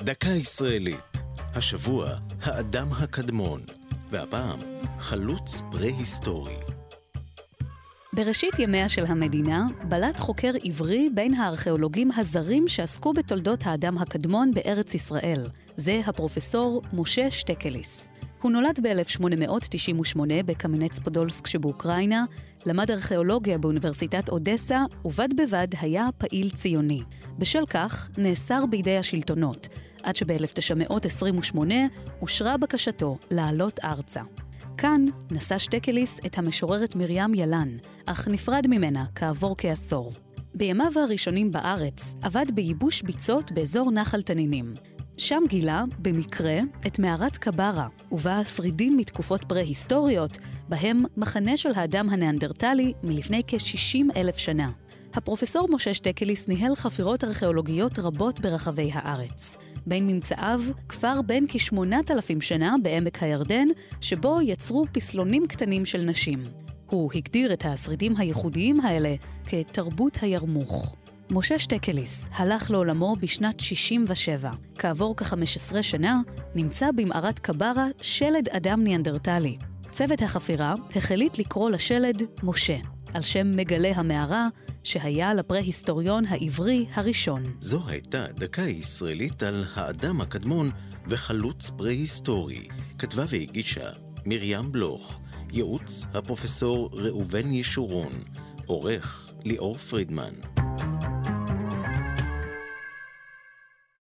דקה ישראלית. השבוע, האדם הקדמון. והפעם, חלוץ פרה-היסטורי. בראשית ימיה של המדינה, בלט חוקר עברי בין הארכיאולוגים הזרים שעסקו בתולדות האדם הקדמון בארץ ישראל. זה הפרופסור משה שטקליס. הוא נולד ב-1898 בקמנץ פודולסק שבאוקראינה, למד ארכיאולוגיה באוניברסיטת אודסה, ובד בבד היה פעיל ציוני. בשל כך נאסר בידי השלטונות, עד שב-1928 אושרה בקשתו לעלות ארצה. כאן נשא שטקליס את המשוררת מרים ילן, אך נפרד ממנה כעבור כעשור. בימיו הראשונים בארץ עבד בייבוש ביצות באזור נחל תנינים. שם גילה, במקרה, את מערת קברה, ובה שרידים מתקופות פרה-היסטוריות, בהם מחנה של האדם הנאנדרטלי מלפני כ-60,000 שנה. הפרופסור משה שטקליס ניהל חפירות ארכיאולוגיות רבות ברחבי הארץ. בין ממצאיו, כפר בן כ-8,000 שנה בעמק הירדן, שבו יצרו פסלונים קטנים של נשים. הוא הגדיר את השרידים הייחודיים האלה כתרבות הירמוך. משה שטקליס הלך לעולמו בשנת 67. כעבור כ-15 שנה נמצא במערת קברה שלד אדם ניאנדרטלי. צוות החפירה החליט לקרוא לשלד משה, על שם מגלה המערה שהיה לפרה-היסטוריון העברי הראשון. זו הייתה דקה ישראלית על האדם הקדמון וחלוץ פרה-היסטורי. כתבה והגישה מרים בלוך, ייעוץ הפרופסור ראובן ישורון, עורך ליאור פרידמן.